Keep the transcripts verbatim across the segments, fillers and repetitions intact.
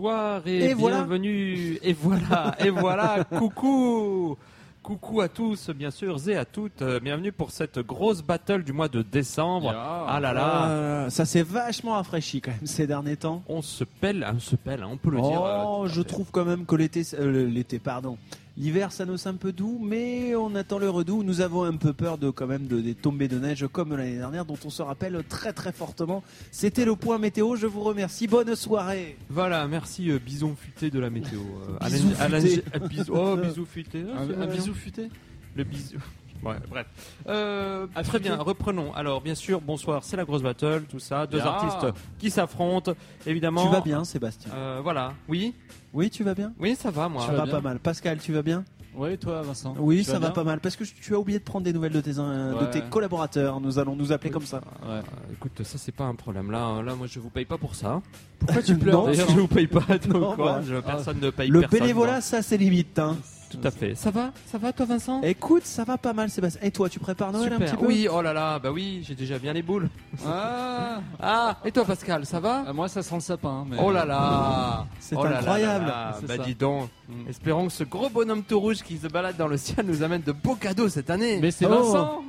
bonsoir et, et bienvenue. Voilà. Et voilà, et voilà, coucou Coucou à tous, bien sûr, et à toutes. Euh, bienvenue pour cette grosse battle du mois de décembre. Yeah. Ah là là. Euh, ça s'est vachement rafraîchi quand même ces derniers temps. On se pèle, on se pèle, hein, on peut le oh, dire. Euh, je trouve quand même que l'été, euh, l'été, pardon, l'hiver s'annonce un peu doux, mais on attend le redoux. Nous avons un peu peur de quand même de, des tombées de neige comme l'année dernière, dont on se rappelle très très fortement. C'était le point météo. Je vous remercie. Bonne soirée. Voilà, merci euh, bison futé de la météo. Euh, Bisou Alain- futé. Alain- bisou- oh, bisou futé. Ah, c'est Un, un vrai. bisou futé. Le bisou. Ouais, bref. Euh, Africain. très bien, reprenons. Alors, bien sûr, bonsoir, c'est la grosse battle, tout ça. Deux Yeah. artistes qui s'affrontent, évidemment. Tu vas bien, Sébastien? Euh, Voilà. Oui, Oui, tu vas bien? oui, ça va, moi. Ça vas va bien pas mal. Pascal, tu vas bien? Oui, toi, Vincent. Oui, Tu ça vas va bien pas mal. Parce que tu as oublié de prendre des nouvelles de tes, euh, de Ouais. tes collaborateurs. Nous allons nous appeler comme ça. Ouais. Euh, écoute, ça c'est pas un problème. Là, là, moi, je vous paye pas pour ça. Pourquoi tu pleures? D'ailleurs, je vous paye pas. Donc, Non, quoi, bah. je- personne ne paye Le personne. bénévolat, non. ça c'est limite. Hein. Tout à fait. Ça va, ça va, toi, Vincent? Écoute, ça va pas mal, Sébastien. Et toi, tu prépares Noël Super. un petit peu? Oui, oh là là, bah oui, j'ai déjà bien les boules. Ah, Ah, et toi, Pascal, ça va? Ah, moi, ça sent le sapin. Mais... Oh là là, C'est oh là là incroyable. là là. C'est Bah ça. dis donc. Mm. Espérons que ce gros bonhomme tout rouge qui se balade dans le ciel nous amène de beaux cadeaux cette année. Mais c'est Oh. Vincent.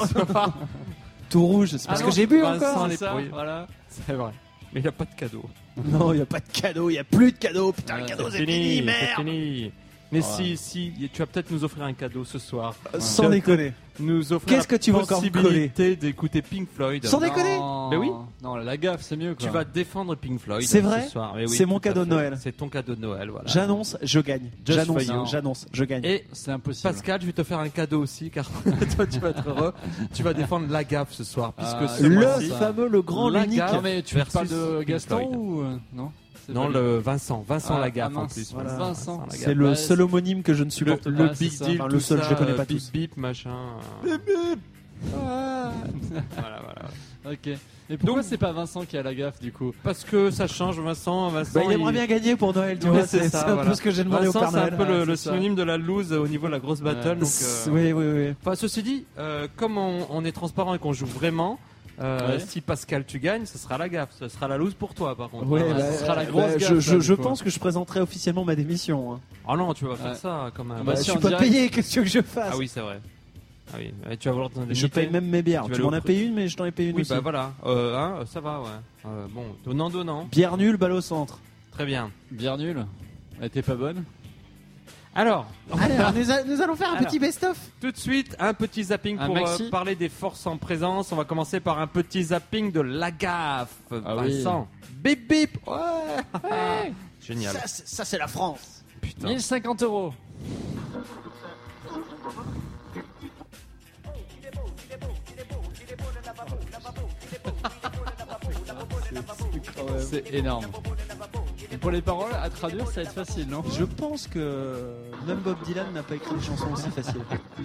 Tout rouge, c'est parce Ah que non, j'ai bu Vincent, encore. les ça, bruits. voilà. C'est vrai. Mais il n'y a pas de cadeau. Non, il y a pas de cadeau, il y a plus de cadeau. Putain, Ouais, le cadeau C'est c'est fini, fini, c'est merde. fini. Mais Ouais. si, si, tu vas peut-être nous offrir un cadeau ce soir. Sans Tu vas déconner. Nous offrir Qu'est-ce que tu vas encore me coller? possibilité d'écouter Pink Floyd. Sans déconner. Non. Mais oui. Non, la gaffe, c'est mieux. Quoi. Tu vas défendre Pink Floyd. C'est ce vrai soir. Mais oui, C'est mon tout à cadeau de fait. Noël. C'est ton cadeau de Noël, voilà. J'annonce, je gagne. Just J'annonce, for you. j'annonce, je gagne. Et C'est impossible. Pascal, je vais te faire un cadeau aussi, car toi, tu vas être heureux. Tu vas défendre la gaffe ce soir, puisque Ah, ce Le mois-ci- ça. fameux, le grand, La l'unique. gaffe. Non, mais tu Versus parles de Pink Gaston Floyd. ou euh, non C'est Non, pas lui. le Vincent, Vincent Ah, Lagaffe ah, en mince, plus. voilà. Vincent. Lagaffe. C'est le Bah, seul homonyme que je ne Le, supporte pas. le Ouais, big c'est ça. deal, Enfin, tout le seul, ça, je les connais pas bip, tous. bip, machin. Bip, bip. voilà, voilà. Ok. Et pourquoi Donc- c'est pas Vincent qui a la gaffe du coup? Parce que ça change, Vincent. Vincent Bah, il aimerait bien gagner pour Noël, tu Ouais, vois. c'est C'est ça, c'est un voilà. peu ce que j'ai demandé Vincent, au Père c'est un Noël. peu le, Ouais, le c'est ça. synonyme de la loose au niveau de la grosse battle. Ouais. Donc, C'est- euh, Oui, oui, oui. enfin, ceci dit, euh, comme on, on est transparent et qu'on joue vraiment, euh, Ouais. si Pascal tu gagnes, ce sera la gaffe, ce sera la loose pour toi par contre. Ouais, Ah, bah, ce sera la euh, grosse bah, gaffe, je là, je, du je coup. pense que je présenterai officiellement ma démission. Hein. Ah non, tu vas faire Ouais. ça quand même. Ah Bah, bah, je si, suis en pas direct. payé, qu'est-ce que tu veux que je fasse? Ah oui, c'est vrai. Ah oui, et tu vas vouloir t'en Je indemniter. paye même mes bières. Tu vas Tu aller m'en au as payé une, mais je t'en ai payé une Oui, aussi. bah voilà. Euh, hein, ça va, ouais. Euh, bon, donnant, donnant. Bière nulle, balle au centre. Très bien. Bière nulle. Elle était pas bonne. Alors, Alors, nous, a- nous allons faire un Alors. petit best-of. tout de suite, un petit zapping Un pour maxi. euh, parler des forces en présence. On va commencer par un petit zapping de la gaffe. Ah oui. Vincent. Bip bip. Ouais. Génial. Ça, c'est- ça, c'est la France. Putain. mille cinquante euros. C'est énorme. Et pour les paroles, à traduire, ça va être facile, non? Je pense que même Bob Dylan n'a pas écrit des chansons aussi faciles.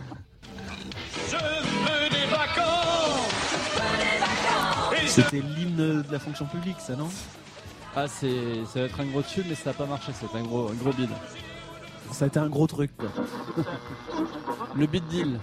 C'était l'hymne de la fonction publique, ça, non? Ah, c'est, ça va être un gros tube, mais ça n'a pas marché. C'est un gros, un gros bide. Ça a été un gros truc, quoi. Le bid deal.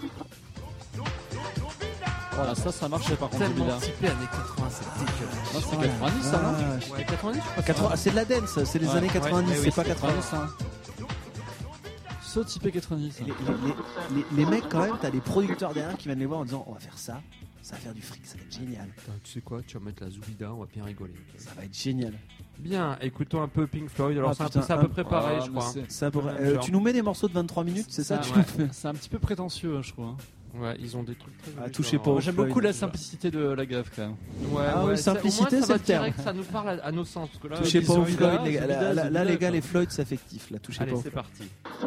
Voilà, ça, ça marchait par contre, Tellement celui-là. typé années quatre-vingts, c'est dégueulasse. Non, c'est quatre-vingt-dix, ça, non? Ah, Ouais, quatre-vingt-dix, je crois. quatre-vingts, c'est de la dance, c'est les Ouais, années ouais, quatre-vingt-dix, ouais, oui, c'est pas c'est quatre-vingts. ça. Saut typé quatre-vingt-dix. Les, les- les- les- les mecs, quand même, t'as les producteurs derrière qui viennent les voir en disant on va faire ça, ça va faire du fric, ça va être génial. Putain, tu sais quoi, tu vas mettre la Zoubida, on va bien rigoler. Ça va être génial. Bien, écoutons un peu Pink Floyd. Alors Ah, c'est un putain, peu- c'est à peu un- près pareil, Ah, je mais crois. c'est- C'est à peu près- Ouais, euh, genre. tu nous mets des morceaux de vingt-trois minutes, c'est ça, C'est tu un- nous fais C'est un petit peu prétentieux, hein, je trouve. hein. Ouais, ils ont des trucs très Ah, jolis, touchez genre, pas euh, au J'aime Floyd, beaucoup la déjà. simplicité de la gaffe, quand même. Ouais, Ah ouais, oui, ça- au simplicité, moins, ça c'est va le terme. direct, ça nous parle à, à nos sens. Parce que là, Touchez ils pas sont aux là, Floyd, les c'est gars. Là, bizarre, là, c'est là, les bizarre, gars, les quoi. Floyd, c'est affectif. Là, touchez Allez, pas aux c'est Floyd. parti.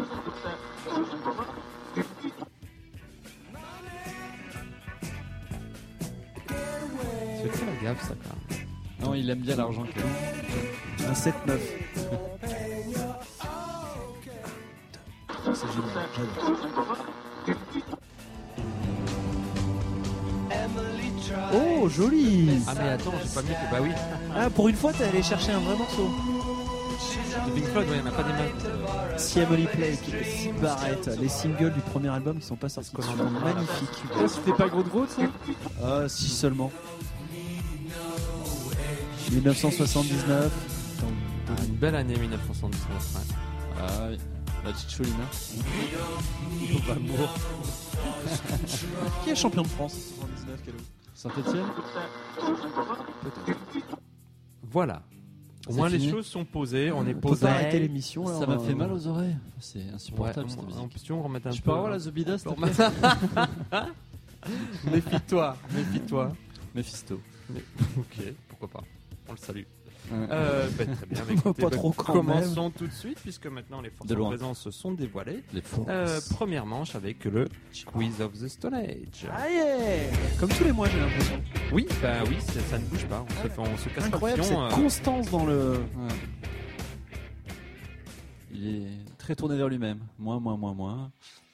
C'est quoi la gaffe, ça, quand même? Non, il aime bien l'argent, quand même. Un sept neuf. C'est génial, j'adore. Oh, joli! Ah, mais attends, j'ai pas mis que. Bah oui. Ah, pour une fois, t'es allé chercher un vrai morceau. De Pink Floyd, ouais, il n'y en a pas des masses. Si Emily Play, Six Barrett, les singles du premier album qui sont pas sortis, qui sont magnifiques. Oh, c'était pas Groot Groot, ça? Ah, si seulement. dix-neuf cent soixante-dix-neuf. Ah, une belle année mille neuf cent soixante-dix-neuf. Ouais. Ah oui, la petite Cholina. Qui est champion de France soixante-dix-neuf, Calou? Saint-Etienne. Voilà. Au C'est moins fini. les choses sont posées, on est On peut posé. pas arrêter l'émission. là, Ça on m'a va- fait mal aux oreilles. C'est Ouais, insupportable cette on, on, musique. si on remet un Je peu. peux avoir la Zobida, s'il te plaît? Méfie-toi, méfie-toi. Mephisto. Ok, pourquoi pas. On le salue. Ouais. Euh, bah, très bien. Bah, écoutez, Pas bah, trop quand commençons tout de suite puisque maintenant les forces De en loin. présence se sont dévoilées. Les forces. Euh, première manche avec le Quiz of the Stone Age. Ah yeah. Comme tous les mois, j'ai l'impression. Oui, bah oui, c'est- ça ne bouge pas. On se, fait- on se casse Incroyable pas cette le fion. euh. constance dans le. Ouais. Il est très tourné vers lui-même. Moi, moi, moi, moi.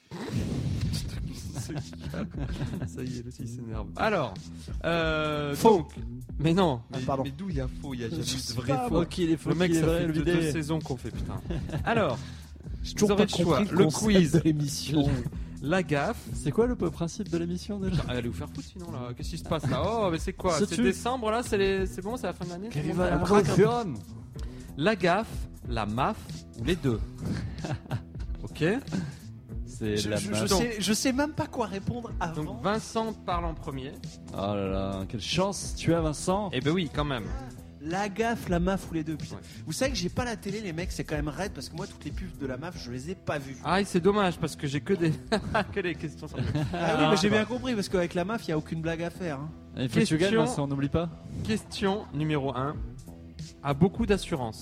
Ça y est, le six s'énerve. Alors, euh, Faux. donc, mais non, Ah, mais, pardon. mais d'où il y a faux, il y a jamais Je de sais vrai pas, faux. moi. Ok, il est faux, Le mec, il est ça vrai, fait le deux, deux vidé. saisons qu'on fait, putain. Alors, J'ai toujours Vous aurez pas le choix. compris Le concept quiz. de l'émission. la gaffe. C'est quoi le principe de l'émission déjà? Allez vous faire foutre sinon là. Qu'est-ce qui se passe là? Oh, mais c'est quoi? Se C'est tue. décembre là? C'est les... c'est bon, c'est la fin de l'année? Qui tout le arrive monde à la craque un peu. Rome. La gaffe, la M A F ou les deux? Ok. C'est Je, la je- base. je sais, je sais même pas quoi répondre avant. Donc Vincent parle en premier. Oh là là, quelle chance tu as, Vincent. Eh ben oui, quand même. La gaffe, la M A F ou les deux. Putain. Ouais. Vous savez que j'ai pas la télé, les mecs, c'est quand même raide parce que moi, toutes les pubs de la M A F, je les ai pas vues. Ah, et c'est dommage parce que j'ai que des que des questions sur le Ah oui, non, mais c'est j'ai pas- bien compris parce qu'avec la M A F, il y a aucune blague à faire. hein. Il faut que tu gagnes, Question. Vincent, n'oublie pas. Question numéro un. A beaucoup d'assurance.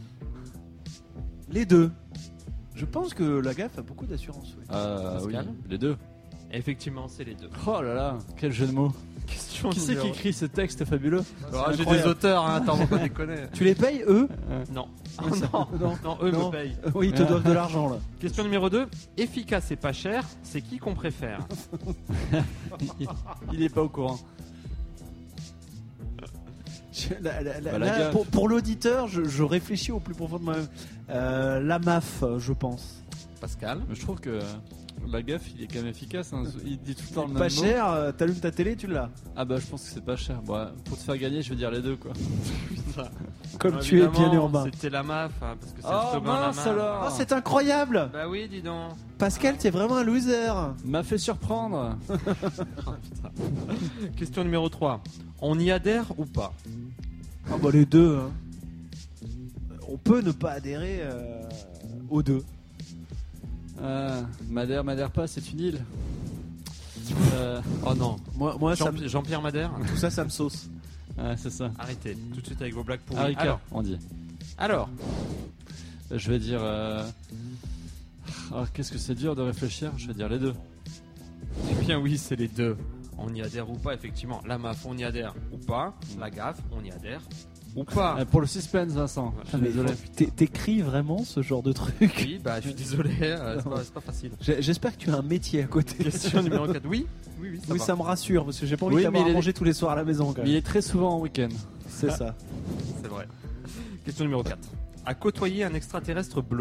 Les deux. Je pense que la gaffe a beaucoup d'assurance. Oui. Ah oui, Pascal. les deux. Effectivement, c'est les deux. Oh là là, quel jeu de mots. Question Qui c'est qui numéro- écrit ce texte fabuleux? Ah, j'ai des incroyable. auteurs, hein, attends, on va pas déconner. Tu les payes, eux? Non. Oui, Oh, ça- non. non. Non, eux Non. me payent. Oui, ils te doivent de l'argent là. Question numéro deux. Efficace et pas cher, c'est qui qu'on préfère? Il est pas au courant. Je- la- la- la- Bah, la là, gaffe. pour pour l'auditeur, je, je réfléchis au plus profond de moi-même. Euh, la M A F, je pense. Pascal. Mais je trouve que la gaffe, il est quand même efficace. hein. Il dit tout le temps le même Pas mot. cher, euh, t'allumes ta télé, tu l'as. Ah bah je pense que c'est pas cher. Bon, pour te faire gagner, je vais dire les deux quoi. Comme Non, tu es bien évidemment, urbain. C'était la M A F, hein, parce que c'est Oh, le slogan de la mince M A F. alors. Ah, c'est incroyable! Bah oui, dis donc. Pascal, t'es vraiment un loser. M'a fait surprendre. Question numéro trois. On y adhère ou pas? Ah bah les deux. hein. On peut ne pas adhérer euh, aux deux. Ah, Madère, Madère pas, c'est une île. Euh, Oh non. Moi, moi ça Jean- me- Jean-Pierre Madère. tout ça, ça me sauce. ouais, c'est ça. Arrêtez tout de suite avec vos blagues pourries. Harry alors, on dit. alors, Je vais dire. Euh... ah, qu'est-ce que c'est dur de réfléchir. Je vais dire les deux. eh bien oui, c'est les deux. On y adhère ou pas, effectivement. La M A F, on y adhère ou pas. La gaffe, on y adhère ou pas. Euh, pour le suspense, Vincent. Je suis Mais désolé. t'é- T'écris vraiment ce genre de truc? Oui, bah je suis désolé, euh, c'est pas, c'est pas facile. J'ai- J'espère que tu as un métier à côté. Question numéro quatre. Oui, oui, oui, ça Oui, va. ça me rassure parce que j'ai pas envie Oui, d'avoir mais à il est- manger tous les soirs à la maison. Quand Mais il même. est très souvent en week-end. C'est ça. C'est vrai. Question numéro quatre. À côtoyer un extraterrestre bleu.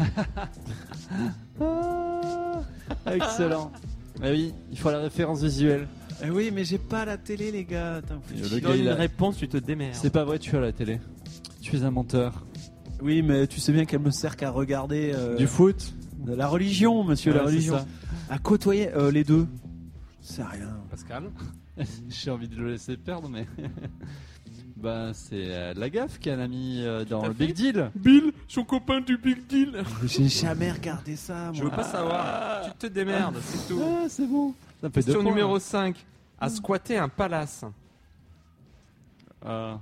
Ah, excellent. Ah oui, il faut la référence visuelle. Eh oui, mais j'ai pas la télé, les gars. Attends, faut que Et je- le Donne gars, il une a- réponse, tu te démerdes. C'est pas vrai, tu as la télé. Tu es un menteur. Oui, mais tu sais bien qu'elle me sert qu'à regarder euh, Du foot. de la religion, monsieur, Ouais, la c'est religion. ça. À côtoyer euh, les deux. C'est rien. Pascal. J'ai envie de le laisser perdre, mais. Bah, c'est euh, la gaffe qui a mis euh, dans à le fait. Big Deal. Bill, son copain du Big Deal. J'ai jamais regardé ça, Je moi. veux pas savoir. Tu te démerdes, c'est tout. Ah, c'est bon. Ça me fait deux Question points, numéro là. cinq. À squatter un palace. Ah,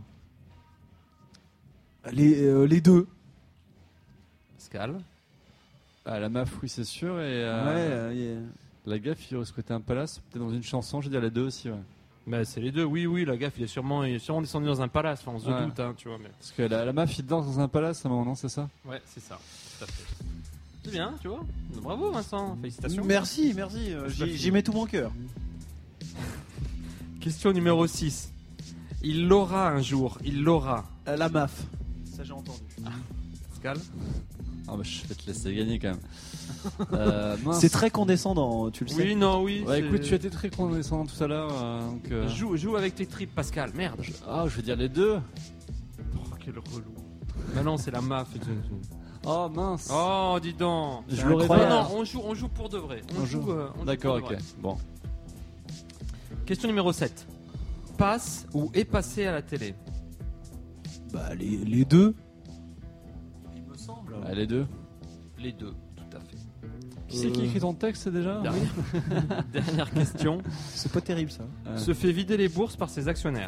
Les, euh, les deux. Pascal. ah, la maf, oui, c'est sûr. Et euh, Ouais, euh, yeah. la gaffe, il aurait squatté un palace. Peut-être dans une chanson, je vais dire les deux aussi. Ouais. Bah, c'est les deux, oui, oui, la gaffe, il est sûrement, il est sûrement descendu dans un palace, enfin, on se Ouais. doute, hein, tu vois, mais... Parce que la, la maf, il danse dans un palace à un moment, non, c'est ça? Ouais, c'est ça, tout à fait. C'est bien, tu vois. Bravo, Vincent, félicitations. Merci, merci. euh, J'y j'y mets tout mon cœur. Question numéro six. Il l'aura un jour, il l'aura. Euh, la M A F. Ça, j'ai entendu. Pascal. Ah, bah, je vais te laisser gagner quand même. euh, mince. C'est très condescendant, tu le sais. Oui, non, oui. Ouais, c'est- écoute, tu as été très condescendant tout à l'heure. euh, donc, euh, Joue, joue avec tes tripes, Pascal, merde. Ah, je vais dire les deux. Oh, quel relou. Bah non, c'est la M A F. Oh mince. Oh, dis donc. Je c'est l'aurais incroyable. pas. Non, non, on joue, on joue pour de vrai. On, On joue. joue. euh, on joue D'accord, pour de ok. vrai. Bon. Question numéro sept. Passe ou est passé à la télé? Bah, les, les deux. Il me semble. Ah, les deux. Les deux, tout à fait. Qui c'est qui écrit ton texte déjà? Dernière, Dernière question. C'est pas terrible ça. Euh, Se fait vider les bourses par ses actionnaires.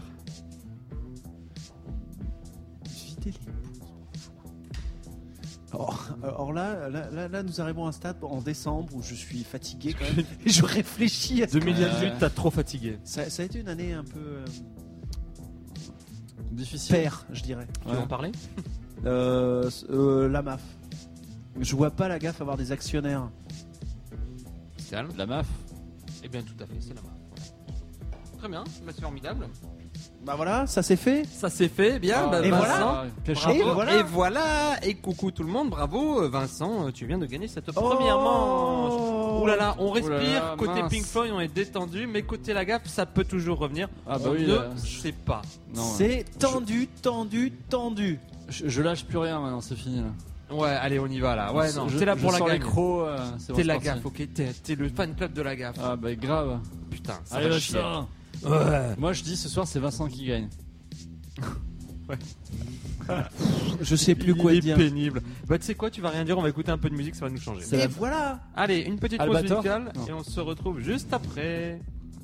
Vider les Or, or là, là, là, là, nous arrivons à un stade en décembre où je suis fatigué quand même. Et je réfléchis à ce deux que- mille dix-huit, Euh. t'as trop fatigué. ça, ça a été une année un peu euh, Difficile. père, je dirais. Tu veux en parler? Euh, euh, la M A F. Je vois pas la gaffe avoir des actionnaires. Calme. La M A F. Eh bien, tout à fait, c'est la M A F. Très bien, bah, c'est formidable. Bah voilà, ça c'est fait. Ça s'est fait, bien. Ah, bah, et Vincent, voilà. Quel bravo. Et chapeau. voilà. Et voilà. Et coucou tout le monde, bravo euh, Vincent, euh, tu viens de gagner cette première manche. Oh Ouh là là, on respire, Ouh là là, côté mince. Pink Floyd on est détendu, mais côté la gaffe ça peut toujours revenir. Ah bah on oui, ne là, sait pas. Non, ouais. C'est tendu, tendu, tendu. je, je lâche plus rien maintenant, c'est fini là. Ouais, allez on y va là. Ouais, non, Je- t'es là je pour la sors les gagne. crocs, euh, c'est bon, T'es c'est la parti. gaffe, ok, t'es, t'es le fan club de la gaffe. Ah bah grave. Putain, ça Allez, va va chier. ça. Ouais. Moi je dis ce soir c'est Vincent qui gagne. Je sais plus Il quoi est dire. pénible. Bah tu sais quoi, tu vas rien dire, on va écouter un peu de musique, ça va nous changer. C'est Et la- voilà. Allez, une petite pause Albator musicale Non. et on se retrouve juste après.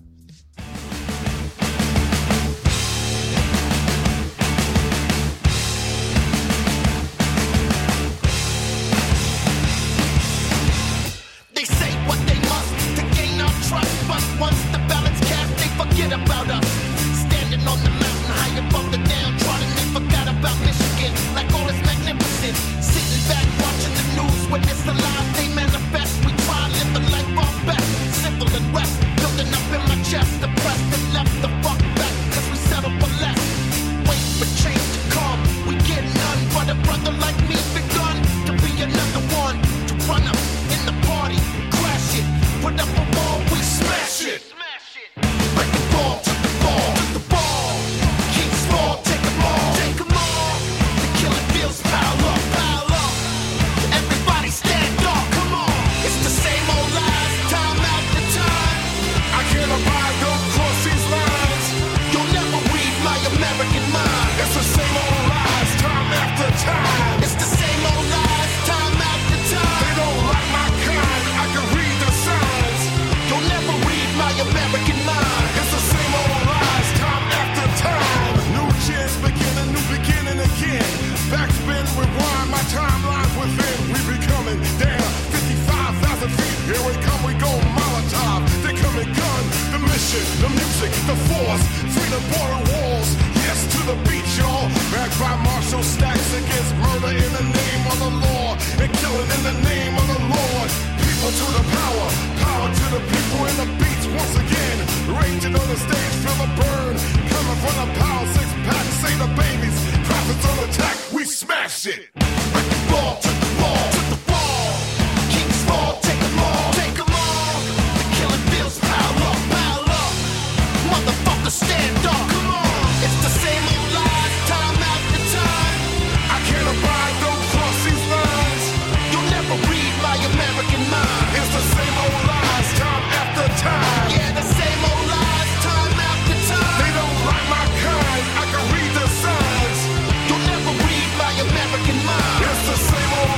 They say what they must to gain our trust, but once the balance cast, they forget about us. Standing on the mountain high above the downtrodden, they forgot about Michigan, like all is magnificent. Sitting back watching the news, witness the lies they manifest. We try live the life our best, simple and rest, building up in my chest, depressed and left the fuck back, cause we settle for less. Wait for change to come, we get none, but a brother like me begun to be another one, to run up in the party, crash it, put up a wall, we smash it. Break the ball, took the ball, took the ball. Kings fall, take them all, take them all. The killing fields pile up, pile up. Everybody stand up, come on. It's the same old lies, time after time. I can't abide, don't cross these lines. You'll never read my American mind. It's the same old lies, time after time. It's the same old lies, time after time. They don't like my kind, I can read the signs. You'll never read my American mind. It's the same old lies, time after time. New chance, beginning, new beginning again. Backspin, rewind, my timeline's within. We be coming down fifty-five thousand feet. Here we come, we go Molotov. They come and gun. The mission, the music, the force. Freedom, border walls. Yes to the beat, y'all. Backed by Marshall Stacks against murder in the name of the law. And killing in the name of the Lord. People to the power, power to the people in the beats once again. Raging on the stage, feel the burn. Coming from the power, six pack, say the babies. Profits on attack, we smash it. Break the ball, took the ball, took the ball. Kings fall, take them all, take them all. The killing fields pile up, pile up. Motherfuckers stand up, come on. It's the same old lies, time after time. I can't abide, don't cross these lines. You'll never read my American mind. It's the same old lies, time after time. Yeah, the same old lies, time after time. They don't like my kind, I can read the signs. You'll never read my American mind. It's the same old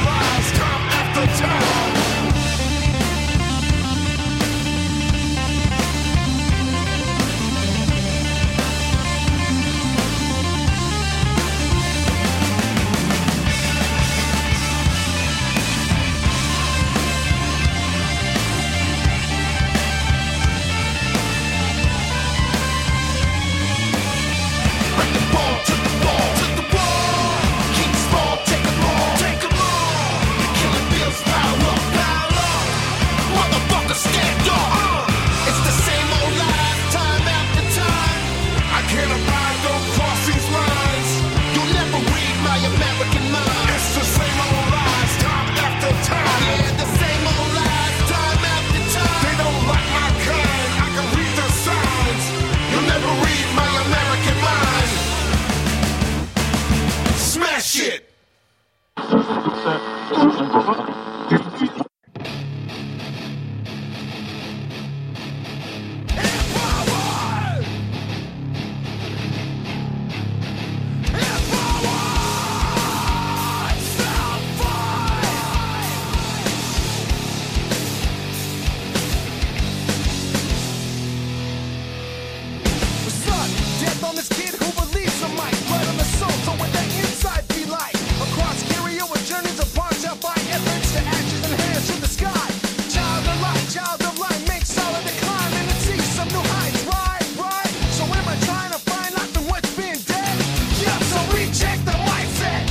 Son, death on this kid who believes in might. Blood on the soul, so what that inside be like. Across Curio with journeys apart, shall by efforts to ashes and hands to the sky. Child of light, child of light, make solid decline and it sees some new heights. Right, right. So am I trying to find life in what's being dead? Yeah, so recheck the mindset.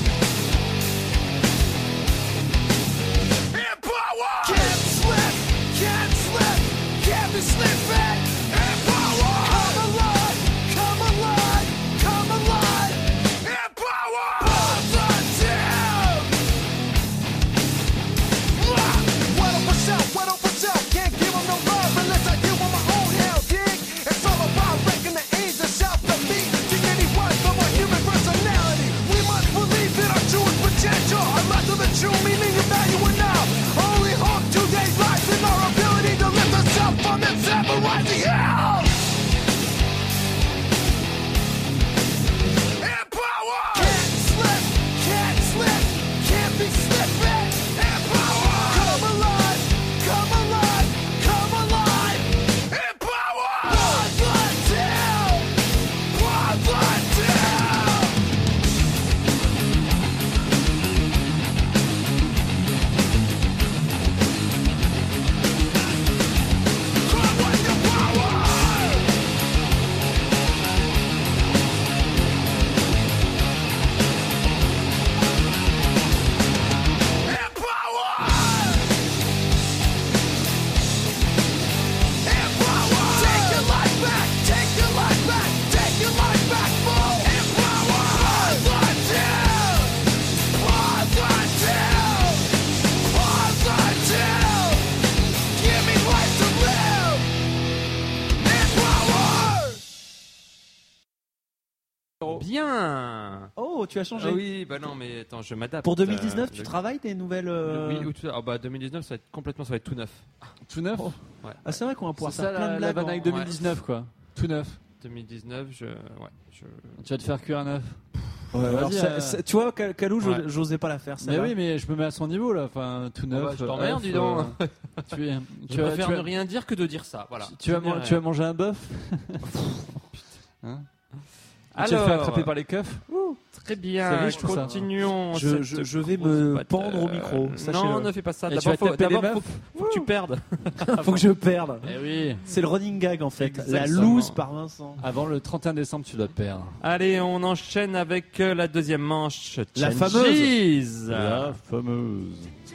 Empower! Can't slip, can't slip, can't be slipping. Empower! Come alive, come alive, come alive. Empower! Positive! What up myself, what up myself? Can't give them no love unless I give them my own hell, dig? It's all about breaking the age of self-defeat. Dignity was from our human personality. We must believe that our truest potential, our life of the true meaning and value are now. Only hope today's lives in our ability to lift ourselves from this ever-rising hell. Empower! Can't slip, can't slip, can't be slipping. Empower! Come alive, come alive, come alive. Empower! Positive! Positive! Come with the power! Empower! Empower! Take your life back! Take your life back! Take your life back! Full! Empower! Positive! Positive! Positive! Give me life to live! Empower! Bien. Oh, tu as changé. Ah oui, bah non, mais attends, je m'adapte. Pour deux mille dix-neuf, Euh, tu le- travailles des nouvelles. euh, Oui, ou tout... ah bah deux mille dix-neuf, ça va être complètement, ça va être tout neuf. Tout neuf. Ouais. Ah, c'est vrai qu'on va C'est pouvoir ça faire plein la, de la blagues. vanne en- avec deux mille dix-neuf quoi. Tout neuf. deux mille dix-neuf, je, ouais, je. Tu vas te faire cuire un œuf. Ouais, Vas-y, alors ça- euh, ça- tu vois, Cal- Calou, j'os- Ouais. j'osais pas la faire. Mais oui, mais je me mets à son niveau là. Enfin, tout neuf. bah, je t'emmerde, œuf, dis donc. euh, tu es. Je Tu vas, préfère tu ne vas- rien dire que de dire ça. Voilà. tu vas, Je dis man- rien. tu vas manger un bœuf. Hein Tu vas te Alors, faire attraper par les keufs. Très bien. C'est riche, tout ça. Continuons. Je- cette je- je vais grosse me bataille. pendre au micro, Euh, sachez-le. Non, ne fais pas ça. Et tu D'abord, vas faut, taper des d'abord, meufs faut, faut que tu perdes. Faut que je perde. Eh oui. C'est le running gag en fait. La Exactement. loose par Vincent. Avant le trente et un décembre, tu dois perdre. Allez, on enchaîne avec euh, la deuxième manche. La Changes. fameuse. La fameuse.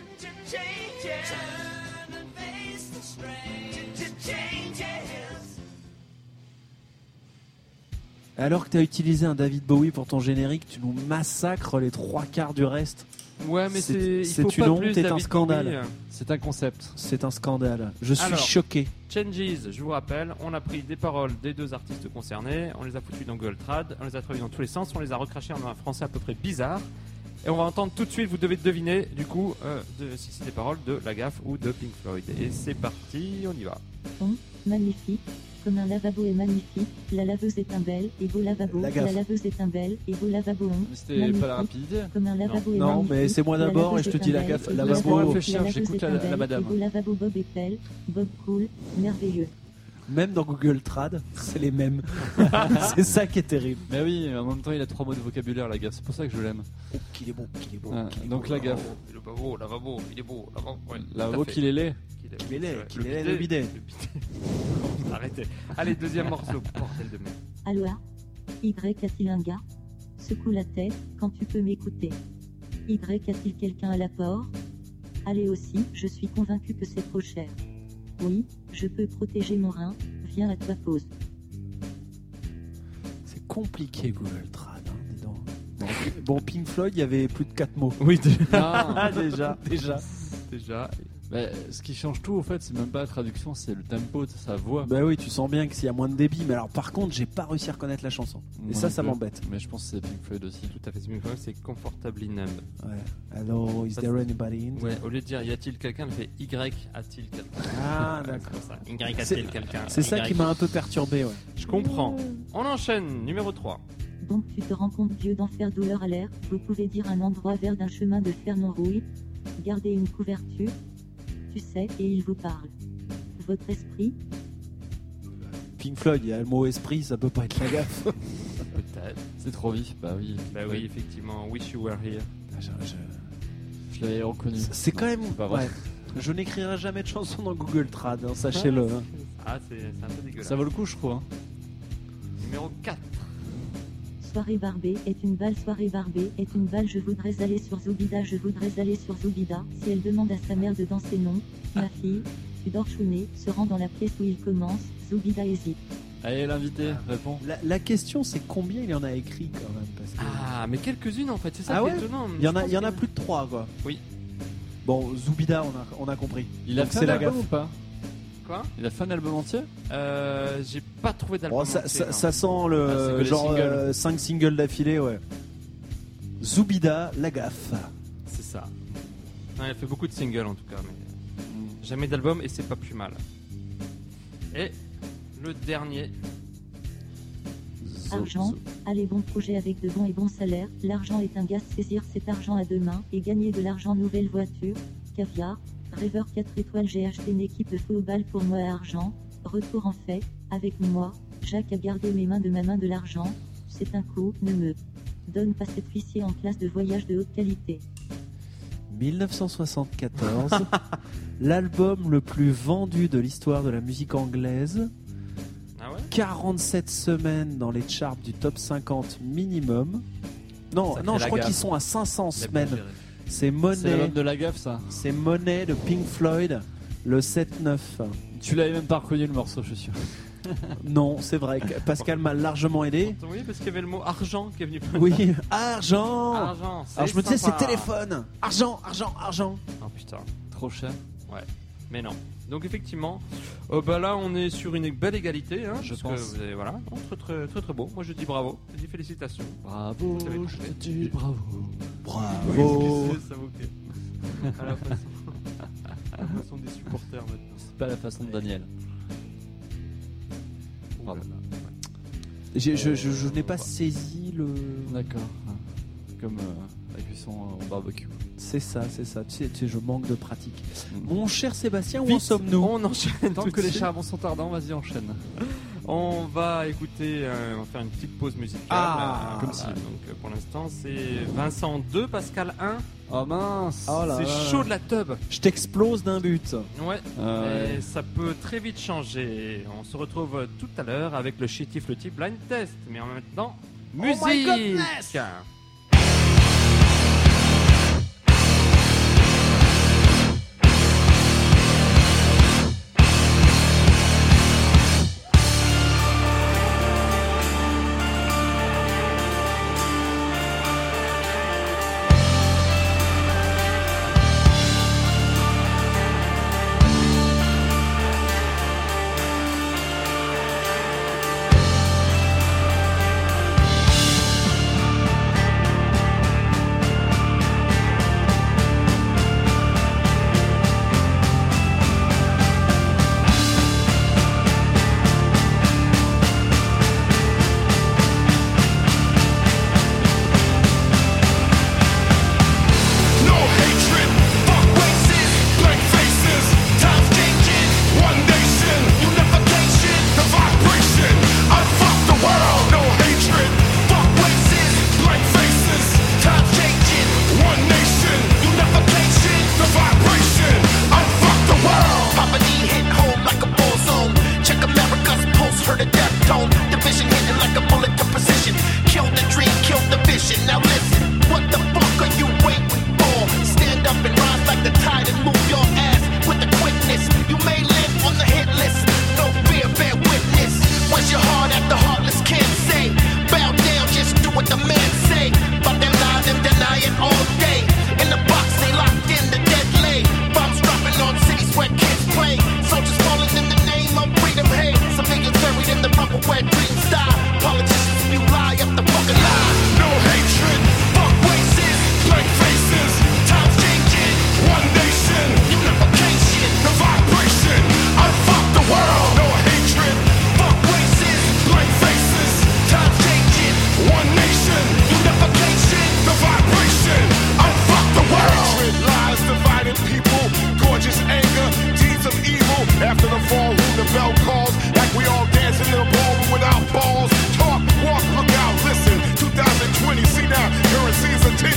Alors que tu as utilisé un David Bowie pour ton générique, tu nous massacres les trois quarts du reste. Ouais, mais C'est- c'est. il c'est faut une pas honte plus et un David scandale. Bowie. C'est un concept. C'est un scandale. Je suis Alors. choqué. Changes, je vous rappelle, on a pris des paroles des deux artistes concernés, on les a foutues dans Google Trad, on les a traduites dans tous les sens, on les a recrachées en un français à peu près bizarre. Et on va entendre tout de suite, vous devez deviner du coup euh, de, si c'est des paroles de La Gaffe ou de Pink Floyd. Et c'est parti, on y va. Magnifique. Comme un lavabo est magnifique, la laveuse est un bel et beau lavabo. La gaffe. laveuse est un bel et beau lavabo. Mais c'était Magnifique. pas la rapidité. Comme un lavabo est Non, magnifique. mais c'est moi la d'abord laveuse et je te est dis un la bel gaffe, et beau lavabo. lavabo. réfléchir, La laveuse j'écoute est la- un la bel madame. et beau lavabo, Bob est belle, Bob cool, merveilleux. Même dans Google Trad, c'est les mêmes. C'est ça qui est terrible. Mais oui, en même temps, il a trois mots de vocabulaire, la gaffe. C'est pour ça que je l'aime. Oh, qu'il est beau, qu'il est beau. Ah, qu'il est donc beau. la gaffe. Il est pas beau, lavabo, il est beau, lavabo. Ouais, La tout à vaut fait. qu'il est laid. Qu'il est laid, Ouais, qu'il est laid, le bidet. Le bidet. Arrêtez. Allez, deuxième morceau, bordel de merde. Aloha. Y a-t-il un gars? Secoue la tête quand tu peux m'écouter. Y a-t-il quelqu'un à l'apport? Allez aussi, je suis convaincu que c'est trop cher. Oui, je peux protéger mon rein, viens à toi pause. C'est compliqué Google Trad. Hein, dis donc. Bon, bon, Pink Floyd, il y avait plus de quatre mots. Oui, Non. Ah, déjà, déjà. déjà. Bah, ce qui change tout, en fait, c'est même pas la traduction, c'est le tempo de sa voix. Bah oui, tu sens bien que s'il y a moins de débit. Mais alors, par contre, j'ai pas réussi à reconnaître la chanson. Et Moi ça, non ça plus. m'embête. Mais je pense que c'est Pink Floyd aussi. Tout à fait, c'est une fois, c'est Comfortably Numb. Ouais. Hello, is Ça, there c'est- anybody in? Ouais, au lieu de dire y a-t-il quelqu'un, elle fait Y a-t-il quelqu'un. Ah, Ouais, d'accord. c'est pour ça. Y a-t-il C'est- quelqu'un. C'est ça Y. qui m'a un peu perturbé, ouais. Je comprends. On enchaîne, numéro trois. Donc tu te rends compte, vieux d'enfer douleur à l'air, vous pouvez dire un endroit vert d'un chemin de fer non rouille, gardez une couverture, tu sais, et il vous parle. Votre esprit, Pink Floyd, il y a le mot esprit, ça peut pas être la gaffe. Peut-être. C'est trop vif, bah oui. Bah oui, effectivement. Wish you were here. Je- je- Je l'avais reconnu. C'est quand même. C'est pas vrai. ouais. Je n'écrirai jamais de chanson dans Google Trad, hein, sachez-le. hein. Ah, c'est c'est un peu dégueulasse. Ça vaut le coup, je crois. Numéro quatre. soirée barbée est une balle, soirée barbée est une balle, je voudrais aller sur Zoubida, je voudrais aller sur Zoubida, si elle demande à sa mère de danser non, ma fille, tu dors chounet, se rend dans la pièce où il commence, Zoubida hésite. Allez, l'invité, réponds. La, la question, c'est combien il y en a écrit quand même parce que Ah, mais quelques-unes en fait, c'est ça Ah qui est ouais étonnant. il y en Je a, pense il y en a que- plus de trois, quoi. Oui. Bon, Zoubida, on a, on a compris. Il a Donc fait c'est un la album gaffe. ou pas Quoi Il a fait un album entier euh, J'ai pas trouvé d'album. Bon, ça, entier, ça- non. ça sent Ah, c'est le que les genre singles. cinq singles d'affilée, ouais. Zoubida, la gaffe. C'est ça. Non, il a fait beaucoup de singles en tout cas, mais jamais d'album et c'est pas plus mal. Et le dernier. Argent, allez bon projet avec de bons et bons salaires, l'argent est un gaz, saisir cet argent à deux mains et gagner de l'argent, nouvelle voiture, caviar, rêveur quatre étoiles, j'ai acheté une équipe de football pour moi à argent, retour en fait, avec moi, Jacques a gardé mes mains de ma main de l'argent, c'est un coup, ne me donne pas cet huissier en classe de voyage de haute qualité. dix-neuf cent soixante-quatorze, l'album le plus vendu de l'histoire de la musique anglaise. Ah ouais quarante-sept semaines dans les charts du top cinquante minimum. Non, Ça non, fait je la crois gaffe. qu'ils sont à cinq cents Il a bien semaines. géré. C'est C'est Money, l'album de la gaffe, ça. c'est Money de Pink Floyd, le sept neuf. Tu l'avais même pas reconnu le morceau, je suis sûr. Non, c'est vrai. que Pascal m'a largement aidé. Oui, parce qu'il y avait le mot argent qui est venu. Oui, argent. Argent. Alors je me disais, c'est sympa. téléphone. Argent, argent, argent. Oh putain. Trop cher. Mais non. Donc effectivement, euh, bah là on est sur une belle égalité, hein, Je parce pense. que vous avez- voilà, non, très, très très très beau. Moi je dis bravo, je dis félicitations. Bravo, Vous avez je trouvé. te dis bravo. Bravo. ça ok. À la façon, à la façon des supporters maintenant. C'est pas la façon de Daniel. Oh Pardon. là là, ouais. Je, je, je, je n'ai pas saisi le. D'accord. Comme euh, la cuisson au barbecue. C'est ça, c'est ça. Tu sais, tu sais, je manque de pratique. Mm. Mon cher Sébastien, où Vite, en sommes-nous? On enchaîne Tant tout que de les suite. charbons sont ardents, vas-y, enchaîne. On va écouter, euh, on va faire une petite pause musicale. Ah, euh, comme voilà. Donc euh, pour l'instant c'est Vincent deux, Pascal un. Oh mince. Oh là C'est là. chaud de la tub. Je t'explose d'un but. Ouais. Ah ouais. Et ça peut très vite changer. On se retrouve tout à l'heure avec le chétif le type blind test. Mais en même temps, musique. Oh my goodness. Thank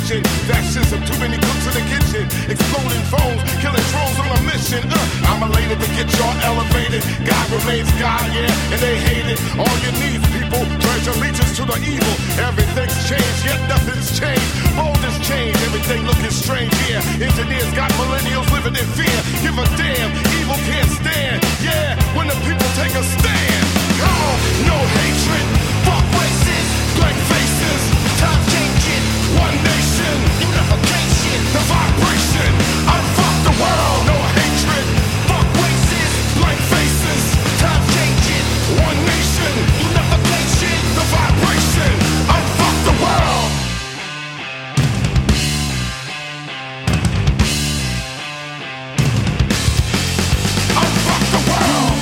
attention. That's just some too many cooks in the kitchen. Exploding phones, killing trolls on a mission. Uh, I'm elated to get y'all elevated. God remains God, yeah, and they hate it. All you need, people, pledge allegiance to the evil. Everything's changed, yet nothing's changed. World has changed, everything looking strange here. Engineers got millennials living in fear. Give a damn, evil can't stand. Yeah, when the people take a stand. Come on, no hatred, fuck races, blank faces. Time changing, one nation, unification, the vibration. Unfuck the world, no hatred, fuck races, blank faces. Time changing, one nation, unification, the vibration. Unfuck the world. Unfuck the world.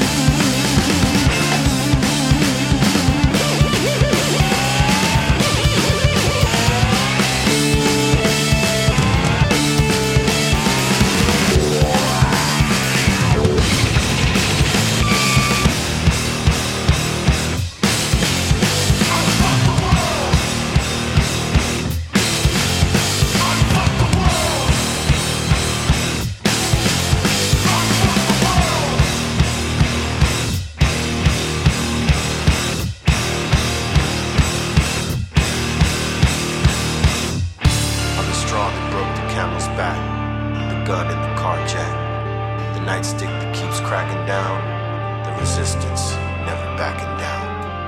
I'm the straw that broke the camel's back, the gun in the car jack, the nightstick that keeps cracking down, the resistance never backing down.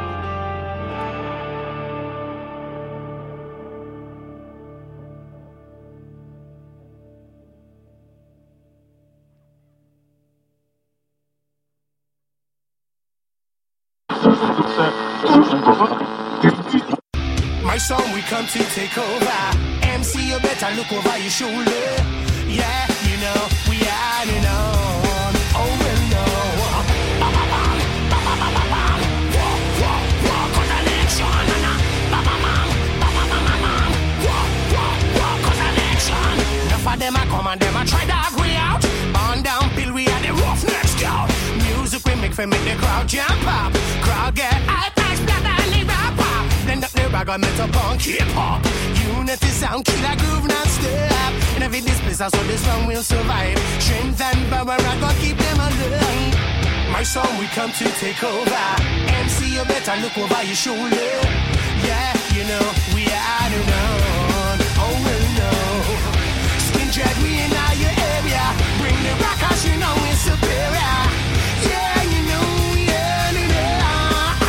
My son, we come to take over. M C, you better look over your shoulder. Yeah, you know, we are, you know. Oh, well, no. Ba-ba-bam, ba-ba-ba-ba-bam. Walk, walk, walk on the election. Ba-ba-bam, ba-ba-ba-ba-bam. Walk, walk, walk on the election. Enough of them a come and them a try dog we out. On down, Bill, we are the roughnecks down. Music we make for make the crowd jump up. Crowd get hype, nice, black, and they rap up. Then up the rag on metal punk hip hop. Unity sound, killer groove non-stop. And if it this place, so this one will survive. Strength and power, I gotta keep them alive. My son, we come to take over. M C, you better look over your shoulder. Yeah, you know, we are the known. Oh, well, no. Skin dread, we in our your area. Bring the rock, cause you know it's superior. Yeah, you know, yeah, you know.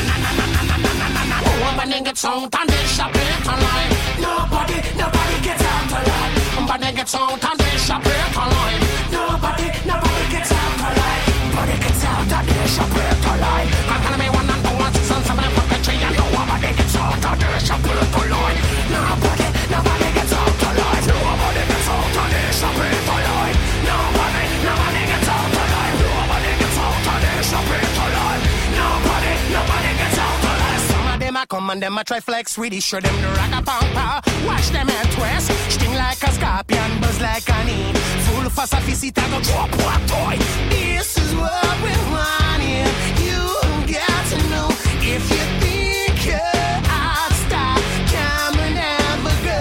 Nobody gets out and they shop it online. Nobody, nobody gets out alive. Nobody gets out and they shop it online. Nobody, nobody gets out alive. Nobody gets out and they shop it online. I'm gonna be one and two and six and seven and fucking three and nobody gets out and they shop it online. Nobody, nobody gets out alive. Nobody gets out and they shop it online. Nobody, nobody gets out alive. Nobody gets out and they shop it online. Nobody, nobody gets out alive. Some of them a come and them a try flex with it. Show them the rock a punk power. Watch them head twist. Sting like a scorpion, buzz like an e. Full for sophisticated, go drop what toy. This is what we want here. You got to know if you think you're out, stop, come and never go.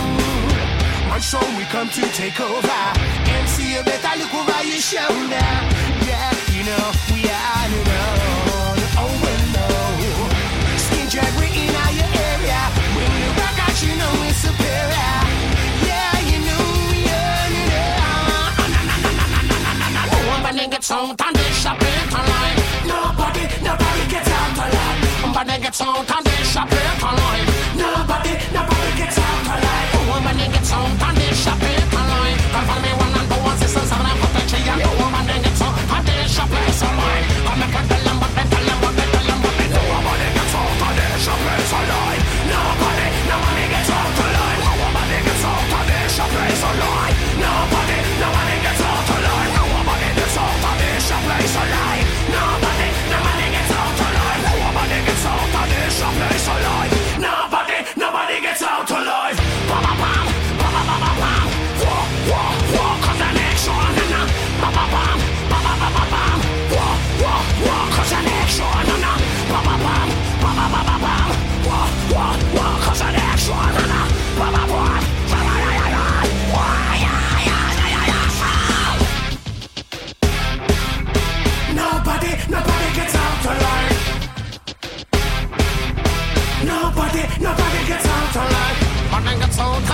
My son, we come to take over. M C, you better look over your shoulder. Yeah, you know, we are the known. Oh, well, no. Skin dread, we in our your area. When the rock out, you know it's superior. Yeah, you know, yeah, you know. Nobody gets out and they shop it online. Nobody, nobody gets out alive. Nobody gets out and they shop it online. Nobody, nobody gets out alive. Nobody gets out and they shop it online. Come follow me one and two and six and seven and fucking three and nobody gets out and they shop it online. I'm a cut the lumber, cut the lumber, cut the lumber. Nobody gets out and they shop it online. Nobody, nobody gets out alive. Nobody gets out and they shop it online. Nobody, nobody gets out alive. Nobody gets out and they shop it online. Nobody, nobody gets out alive. Nobody gets out and they shop it alive. Nobody.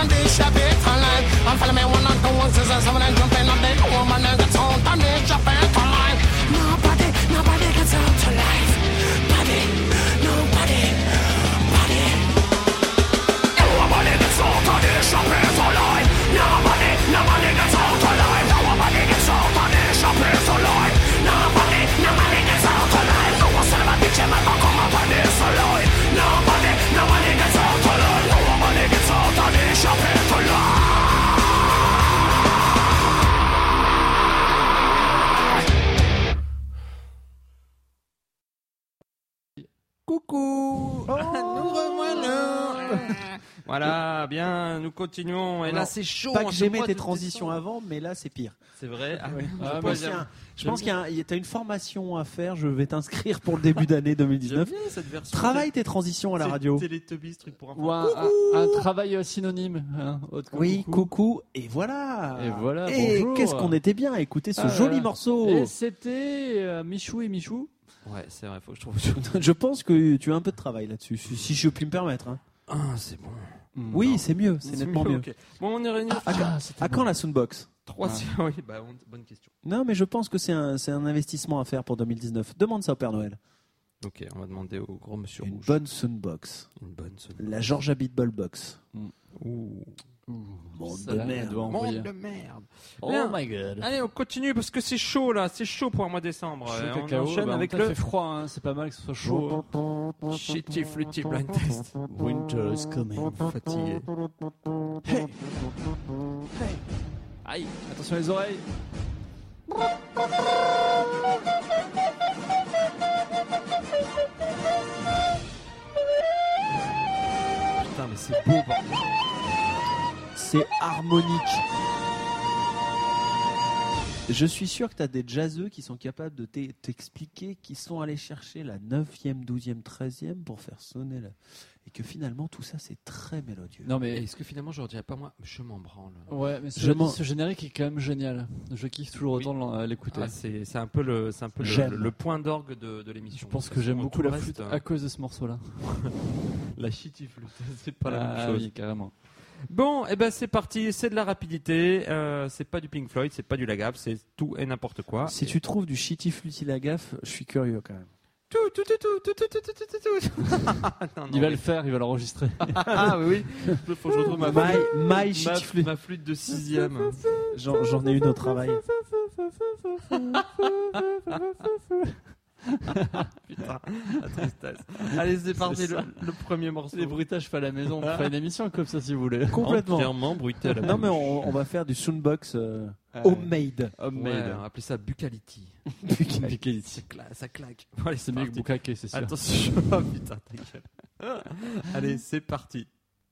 on this capital line. I'm follow me one on two ones, this is someone jumping on the woman and gets out on this capital line. Nobody, nobody gets out to life. Body, nobody, body. Nobody gets out on this capital line. Nobody, nobody gets out alive. Nobody gets out on this capital line. Nobody, nobody gets out alive. No one son of a bitch, I'm not come out on this line. Nobody, nobody gets out alive. Nobody gets out on this capital line. Coucou. Nous revoilà. Voilà, bien, nous continuons. Et Alors, là, c'est chaud. Pas en que ce j'aimais mois tes de transitions décembre. avant, mais là c'est pire. C'est vrai. Ah, Ouais. ah, je moi, pense qu'il y a, j'aime- un- je j'aime pense qu'il y a, un- il y a- t'as une formation à faire. Je vais t'inscrire pour le début d'année deux mille J'aime dix-neuf. bien cette version. Travaille tes transitions à la C'est radio. Teletubbies, truc pour enfants. Ou un, un- un travail euh, synonyme. Hein, autre que Oui, coucou. coucou, et voilà. Et voilà, Et bonjour. qu'est-ce qu'on était bien à écouter ce Ah, joli voilà. morceau. Et c'était euh, Michou et Michou. Ouais, c'est vrai, faut que je trouve. Je pense que tu as un peu de travail là-dessus, si si je puis me permettre. hein. Ah, c'est bon. Oui, c'est mieux, c'est nettement mieux. ok. Bon, on est réunis. À, quand- à quand la Soundbox? Trois. Oui, bah, on- bonne question. Non, mais je pense que c'est un, c'est un investissement à faire pour deux mille dix-neuf. Demande ça au Père Noël. Ok, on va demander au gros monsieur Une rouge. bonne Soundbox. Une bonne seule. La Georgia Beatball Box. Ouh. Monde Ça, de là, merde. elle doit envoyer. Monde de merde. Oh Bien. my god. Allez, on continue parce que c'est chaud là, c'est chaud pour un mois de décembre. Chaud Et on cacao, enchaîne bah, avec on t'a le fait froid, hein, c'est pas mal que ce soit chaud. Shitty Flutty Blind Test. Winter is coming. Fatigué. Hey. Hey. Aïe, attention les oreilles. Putain, mais c'est beau, bordel. C'est harmonique. Je suis sûr que tu as des jazzeux qui sont capables de t'e- t'expliquer qu'ils sont allés chercher la neuvième, douzième, treizième pour faire sonner la... Et que finalement tout ça c'est très mélodieux. Non Et mais est-ce que finalement je dirais pas moi, je m'en branle. ouais, mais Je ce, m'en- ce générique est quand même génial. Je kiffe toujours Oui. autant l'en- euh, l'écouter. Ah, c'est c'est un peu le, c'est un peu le, J'aime. le- le point d'orgue de, de Je l'émission. pense De que toute j'aime façon, beaucoup tout la le flûte reste, à cause de ce morceau-là. La shitty flûte, c'est pas la Ah même chose. oui, carrément. Bon, et ben c'est parti, c'est de la rapidité, euh, c'est pas du Pink Floyd, c'est pas du Lagaffe, c'est tout et n'importe quoi. Si tu trouves du shitty flutty la gaffe, je suis curieux quand même. Tout, tout, tout, tout, tout, tout, tout, tout, tout, tout. Non, non, Il va mais- le faire, il va l'enregistrer. Ah oui, oui. Faut que je retrouve ma My, my ma, shitty flute. ma flûte de sixième. J'en j'en ai une au travail. Putain, la tristesse. Allez, c'est parti, C'est le, ça. le premier morceau. Les bruitages fait à la maison. On fera une émission comme ça si vous voulez. Complètement. Entièrement bruité à la Non mais bouche. on, on va faire du soundbox euh, Euh, homemade. Ouais, on va appeler ça Bucality. Bucality. Ça cla- ça claque. Bon, allez, C'est mieux que parti. Bukake, c'est sûr. Attention, oh, putain, ta gueule. Allez, c'est parti.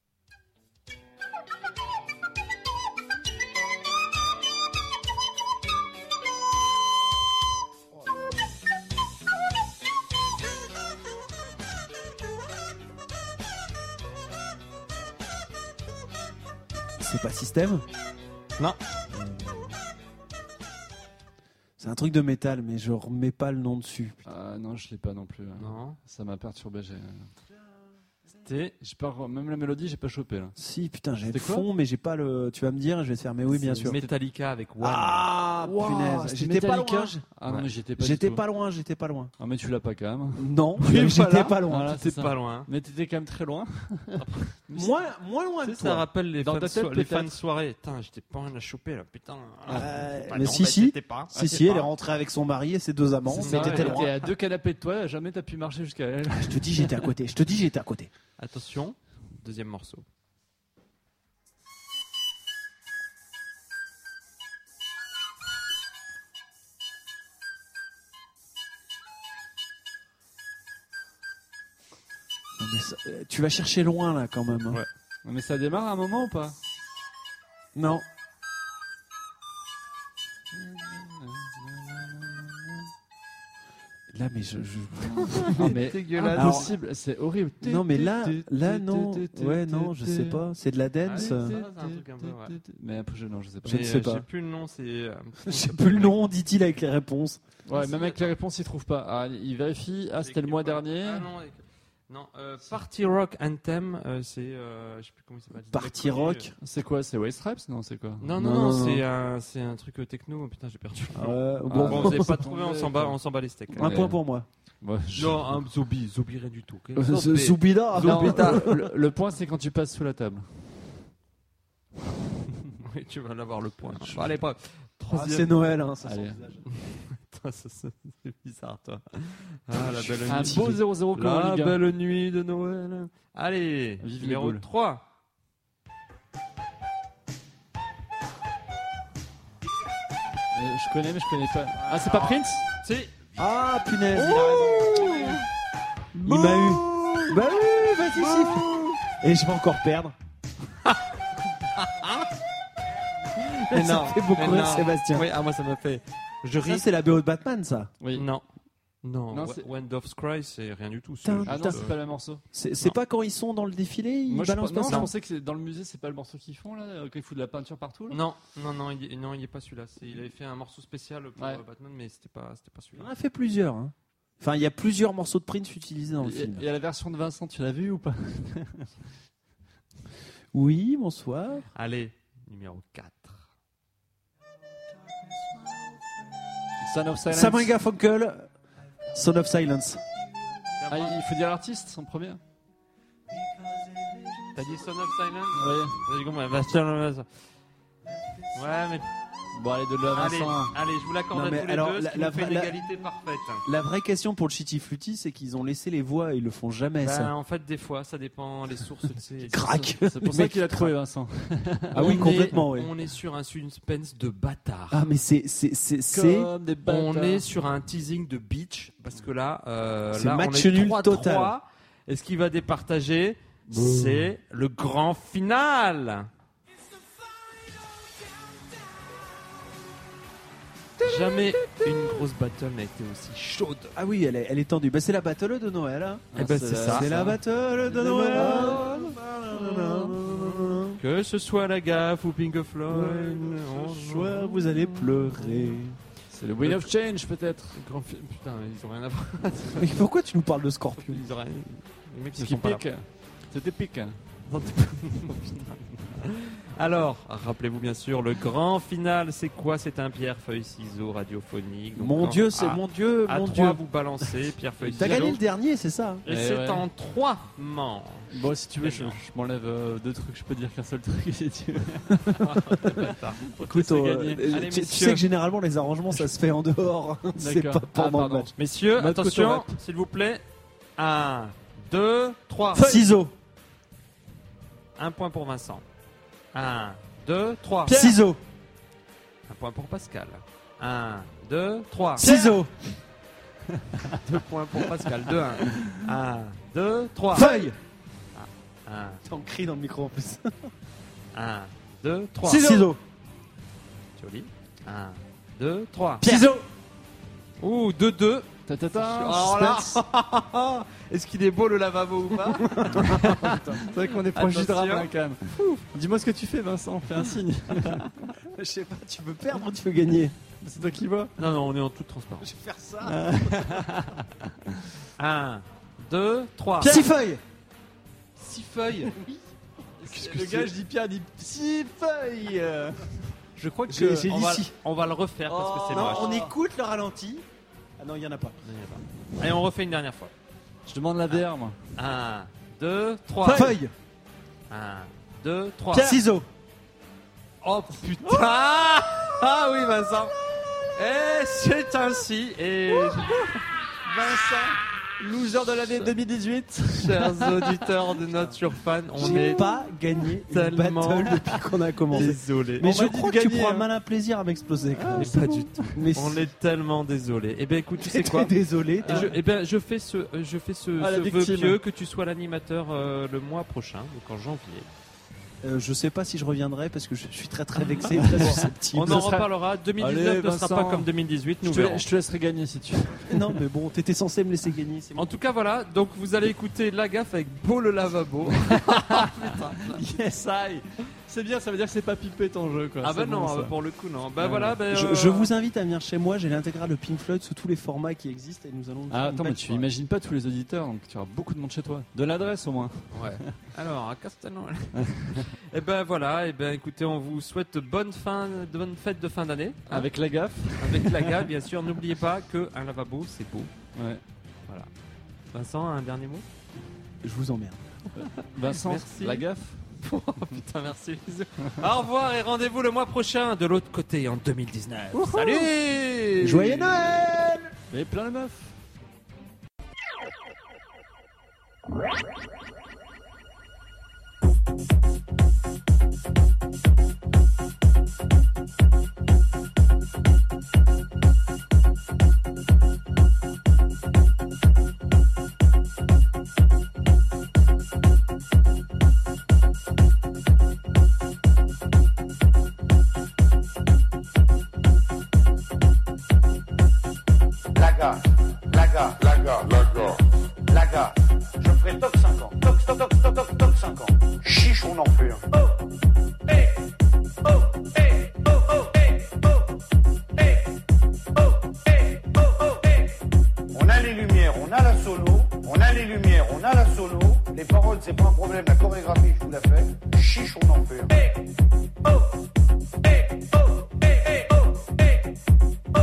C'est pas système? Non. C'est un truc de métal, mais je remets pas le nom dessus. Ah non, je l'ai pas non plus. Non. Ça m'a perturbé. J'ai... C'était j'ai pas... Même la mélodie, j'ai pas chopé là. Si, putain, j'ai le C'était quoi fond, mais j'ai pas le. Tu vas me dire, je vais te faire, mais oui, bien sûr. Metallica avec One. Ah, Wow, punaise. c'était J'étais pas Metallica. loin. Ah non, Ouais. mais j'étais pas. J'étais du pas tout. loin, j'étais pas loin. Ah mais tu l'as pas quand même. Non, Oui, j'étais voilà. pas loin. Voilà, c'est C'est ça. pas loin. Mais t'étais quand même très loin. Moins, moins loin Tu de sais, ça toi. rappelle les, Dans fans, ta tête, so- les peut-être. fans de soirée. Putain, j'étais pas rien à choper là, putain. Euh, Bah mais non, si, bah, si. c'était pas. Si, Ah, si, c'est elle est pas. rentrée avec son mari et ses deux amants, C'est mais ça, t'étais elle loin. était à deux canapés de toi, jamais t'as pu marcher jusqu'à elle. Je te dis, j'étais à côté. Je te dis, j'étais à côté. Attention, deuxième morceau. Non, mais ça- euh, tu vas chercher loin là quand même. hein. Ouais. Mais ça démarre à un moment ou pas? Non. Là, mais je. je- Ah, mais dégueulasse. impossible, c'est horrible. Non, mais là, là, non. Ouais, non, je sais pas. C'est de la dance. Ah euh. oui, ça, c'est un truc un peu, ouais. Mais après, je, non, je sais pas. Je ne Mais, sais euh, pas. J'ai plus le nom, c'est. euh, Je sais plus le nom, dit-il avec les réponses. Ouais, Ah, si, même avec les attends. réponses, il trouve pas. Ah, il vérifie. Ah, c'était le mois dernier. Ah non, avec- Non, euh, Party Rock Anthem, euh, c'est. Euh, je sais plus comment il s'appelle. Party Rock. C'est quoi? C'est White Stripes? Non, c'est quoi? Non, non, Non, non, non, c'est un, c'est un truc techno. Putain, j'ai perdu. Euh, Bon, bon, vous n'avez pas trouvé, on s'en bat, on s'en bat les steaks. un point pour moi. Ouais, je- Non, un zombie, zombie rien du tout. ok Euh, Zombie. Zoubida. Non, le, le point, c'est quand tu passes sous la table. Oui, tu vas l'avoir le point. Bon, allez, pas. Ah, Troisième. c'est Noël, hein, ça Allez. sent le visage. Putain, ça, ça, c'est bizarre, toi. Ah, la belle Un nuit. beau zéro zéro pour La Liga. belle nuit de Noël. Allez, Vive les numéro boules. trois. Euh, je connais, mais je connais pas. Ah, c'est pas Prince? C'est. Ah, punaise, il a raison. Il m'a eu. Bah oui, vas-y, siffle. Et je vais encore perdre. Mais Ça non, fait beaucoup mais rire, non. Sébastien. Oui, ah, moi, ça m'a fait. Je Ça, ris. c'est la B O de Batman, ça. Oui. Non. Non, Non, Wa- c'est- When Doves Cry, c'est rien du tout. c'est Tin, Ah juste, non, euh, c'est pas le même morceau. C'est c'est Non. pas quand ils sont dans le défilé, ils Moi, je, balancent non, pas je ça. pensais que c'est dans le musée, c'est pas le morceau qu'ils font là, euh, quand ils foutent de la peinture partout. Là. Non, non, non, il, non, il est pas celui-là. C'est- Il avait fait un morceau spécial pour Ouais. euh, Batman, mais c'était pas, c'était pas Il celui-là. en a fait plusieurs. hein. Enfin, il y a plusieurs morceaux de Prince utilisés dans le Et, film. et à la version de Vincent, tu l'as vu ou pas? Oui, bonsoir. Allez, numéro quatre. Son of Silence. Samuel Garfunkel, Son of Silence. Ah, il faut dire l'artiste en premier. T'as dit Son of Silence Ouais. Vas-y, comment- bah, tiens, vas-y. Ouais, mais Bon, allez, de là, allez, Vincent. allez, je vous l'accorde Non, à mais tous les alors, deux, ce la- qui la nous fait une vraie- la- égalité parfaite. La vraie question pour le Chitty Flutty, c'est qu'ils ont laissé les voix et ils le font jamais, Ben, ça. en fait, des fois, ça dépend les sources. tu sais. Crac. C'est pour ça Mec, qu'il a trouvé Vincent. Ah oui, On complètement, est, oui. On est sur un suspense de bâtard. Ah, mais c'est. c'est, c'est, c'est... Comme des bâtards. On est sur un teasing de beach parce que là, euh, C'est là match on est nul trois total. trois. Et ce qui va départager, c'est le grand final. Jamais une grosse battle n'a été aussi chaude. Ah oui, elle est, elle est tendue. Bah, c'est la battle de Noël. Hein. Eh ben, c'est ça. C'est la battle de Noël. Que ce soit la gaffe ou Pink Floyd, on Ce soir, vous allez pleurer. C'est le Wind of Change peut-être. Grand fi- Putain, ils ont rien à voir. Mais pourquoi tu nous parles de Scorpion? Ils ont rien. Les mecs Ce ne qui sont pas là. pique. C'était pique. Alors, rappelez-vous bien sûr, le grand final, c'est quoi? C'est un pierre-feuille-ciseaux radiophonique. Donc, Mon quand- Dieu, c'est à- mon Dieu, À mon trois, Dieu. vous balancez pierre-feuille-ciseaux. T'as gagné le dernier, c'est ça? Et Eh c'est ouais. en trois manches. Bon, si tu veux, je, je m'enlève euh, deux trucs. Je peux dire qu'un seul truc si tu veux. Écoute, c'est euh, gagné. euh, Allez, tu, tu messieurs. sais que généralement les arrangements ça se fait en dehors. c'est pas D'accord. pendant Ah, le pardon. match. Messieurs, Mode attention, coton-rap. s'il vous plaît. Un, deux, trois. Ciseaux, Un point pour Vincent. Un, deux, trois. ciseaux, Un point pour Pascal. Un, deux, trois. ciseaux, Deux points pour Pascal. Deux, un. Un, deux, trois. feuille. Un, T'en cries dans le micro en plus. un, deux, trois. Ciseaux, Joli. Un, deux, trois. ciseaux. Ouh, deux, deux. Ta ta ta. Alors là, est-ce qu'il est beau le lavabo ou pas? C'est vrai qu'on est proche du Attention. drame hein, quand même. Dis-moi ce que tu fais, Vincent. Fais un signe. Je sais pas, tu veux perdre ou tu veux gagner? C'est toi qui vois. Non, non, on est en toute transparence. Je vais faire ça. Un, deux, trois. Six feuilles. Six feuilles. Le gars, je dis Pierre, il dit six feuilles. Je crois que J'ai- j'ai on, dit va, six. on va le refaire parce que c'est Non, moche. on écoute le ralenti. Ah non, il y en a pas. Allez, on refait une dernière fois. Je demande la bière, moi. Un, deux, trois. Feuille, Un, deux, trois. ciseaux, Oh putain. Ah oui, Vincent. Et c'est ainsi. Et Vincent, loser de l'année deux mille dix-huit. chers auditeurs de Note sur Fan, on j'ai est pas gagné une tellement battle depuis qu'on a commencé. désolé. Mais On je m'a dit crois de que tu gagner, prends un hein. malin plaisir à m'exploser. quand même. Mais pas du tout. Mais On est tellement désolé. Eh bien, écoute, tu sais T'es quoi? désolé. Et je, eh ben, je fais ce, euh, je fais ce, Ah, la ce vœu victime. pieux que tu sois l'animateur euh, le mois prochain, donc en janvier. Euh, je sais pas si je reviendrai parce que je suis très très vexé, très susceptible. On en sera- reparlera. deux mille dix-neuf Allez, ne sera Vincent. pas comme deux mille dix-huit, nous Je te, verrons. je te laisserai gagner si tu veux. Non mais bon, t'étais censé me laisser gagner. C'est bon. En tout cas, voilà. Donc, vous allez écouter La Gaffe avec Beau le lavabo. Yes, I. C'est bien, ça veut dire que c'est pas pipé ton jeu, quoi. Ah C'est bah non, bon, ça. pour le coup non. Bah Ouais. voilà. Bah, Je, euh, je vous invite à venir chez moi, j'ai l'intégrale de Pink Floyd sous tous les formats qui existent et nous allons. Ah, faire une attends, mais belle tu soirée. imagines pas tous les auditeurs, donc tu auras beaucoup de monde chez toi. De l'adresse au moins. Ouais. Alors à Castelnau. Et ben voilà. Et ben écoutez, on vous souhaite bonne fin, bonne fête de fin d'année. hein, Avec la gaffe. avec la gaffe, bien sûr. N'oubliez pas que un lavabo c'est beau. Ouais. Voilà. Vincent, un dernier mot. Je vous emmerde. Vincent, Merci. la gaffe. Oh putain, merci. bisous. Au revoir et rendez-vous le mois prochain de l'autre côté en deux mille dix-neuf. Salut. Joyeux Noël! Et plein de meufs. La gare, la gare, la gare, la gare, la gare. Je ferai toc cinq ans, toc, toc, toc, toc, toc, toc cinq ans. Chiche, on en fait un. Oh, eh, oh, eh, oh, oh, eh, oh, eh, oh, eh, oh, oh, eh. On a les lumières, on a la solo, on a les lumières, on a la solo. Les paroles, c'est pas un problème, la chorégraphie, je vous la fais. Chiche, on en fait un. Eh, oh, eh, oh, eh, eh, oh, eh, oh.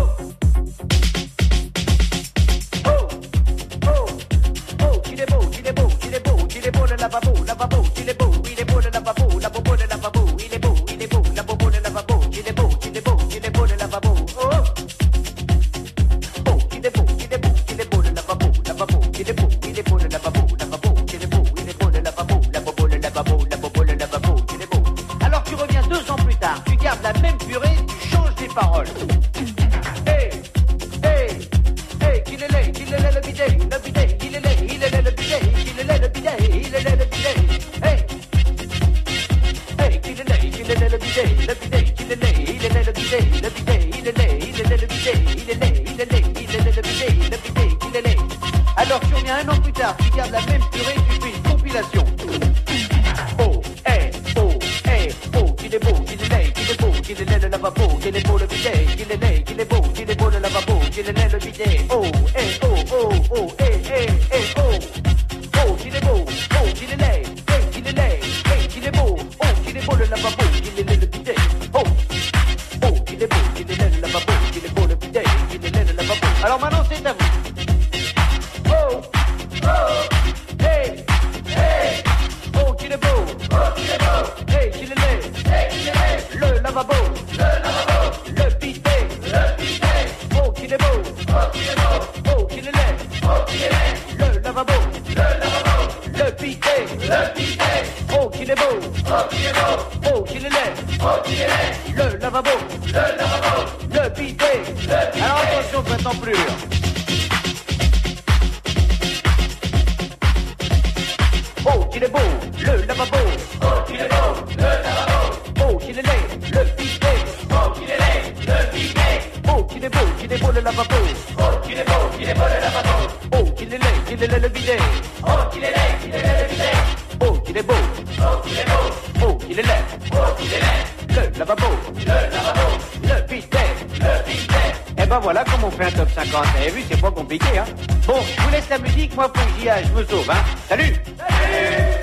Oh, qu'il est beau, qu'il est beau, qu'il est beau, qu'il est beau le lavabo, lavabo, qu'il est beau, il est beau le lavabo, la bobo le lavabo, il est beau, il est beau, la bobo le lavabo, qu'il est beau, qu'il est beau, qu'il est beau le lavabo. Oh, oh, qu'il est beau, qu'il est beau, qu'il est beau le lavabo, lavabo, qu'il est beau, il est beau le lavabo, lavabo, qu'il est beau, il est beau le lavabo, la bobo le lavabo, la bobo le lavabo, qu'il est beau. Alors tu reviens deux ans plus tard, tu gardes la même purée, tu changes des paroles. Hey, hey, hey, qu'il est laid, qu'il est laid le bidet, le bidet, il est laid, il est laid le bidet, qu'il est laid le bidet, il est laid le bidet. Hey, hey, qu'il est laid, qu'il est laid le bidet, le bidet, qu'il est laid, il est laid le bidet, le bidet, il est laid, il est laid le bidet, il est laid, il est laid, il est laid le bidet, le bidet, qu'il est laid. Alors tu reviens un an plus tard, tu gardes la même purée, tu fais une compilation. Oh, hey, oh, hey, oh, qu'il est beau, qu'il est laid, qu'il est beau, qu'il est laid le lavabo, qu'il est beau le bidet, qu'il est laid, qu'il est beau, qu'il est beau le lavabo, qu'il est laid le bidet. Oh, hey, oh, oh, oh, hey, hey, hey, oh. Oh, qu'il est beau, oh, qu'il est laid, hey, qu'il est laid, hey, qu'il est beau, oh, qu'il est beau le lavabo, qu'il est laid le bidet. Oh, oh, qu'il est beau, qu'il est laid le lavabo, qu'il est beau le bidet, qu'il est laid le lavabo. Alors maintenant c'est à vous. Oh, oh, hey, hey, oh, qu'il est beau, oh, qu'il est beau, hey, qu'il est laid, hey, qu'il est laid, le lavabo, le lavabo, le bidet, le bidet. Oh, qu'il est beau, oh, qu'il est beau, oh, qu'il est laid, oh, qu'il est laid, le lavabo, le lavabo, le bidet, le bidet. Oh, qu'il est beau, oh, qu'il est beau, oh, qu'il est laid, oh, qu'il est laid, le lavabo, le lavabo, le bidet, le bidet. Alors attention, maintenant plus. Oh, qu'il est beau, le lavabo, oh, qu'il est beau, le lavabo, oh, qu'il est laid, le bidet, oh, qu'il est laid, le bidet. Oh, qu'il est beau, qu'il est beau le lavabo, oh, qu'il est beau, qu'il est beau le lavabo, oh, qu'il est laid, qu'il est laid le bidet, oh, qu'il est laid, qu'il est laid le bidet. Oh, qu'il est beau, oh, qu'il est beau, oh, qu'il est laid, oh, qu'il est laid, le lavabo, le lavabo, le bidet, le bidet. Et ben voilà comment on fait un top cinquante. Vous avez vu, c'est pas compliqué, hein. Bon, je vous laisse la musique, moi faut que j'y aille, je me sauve, hein. Salut. Salut.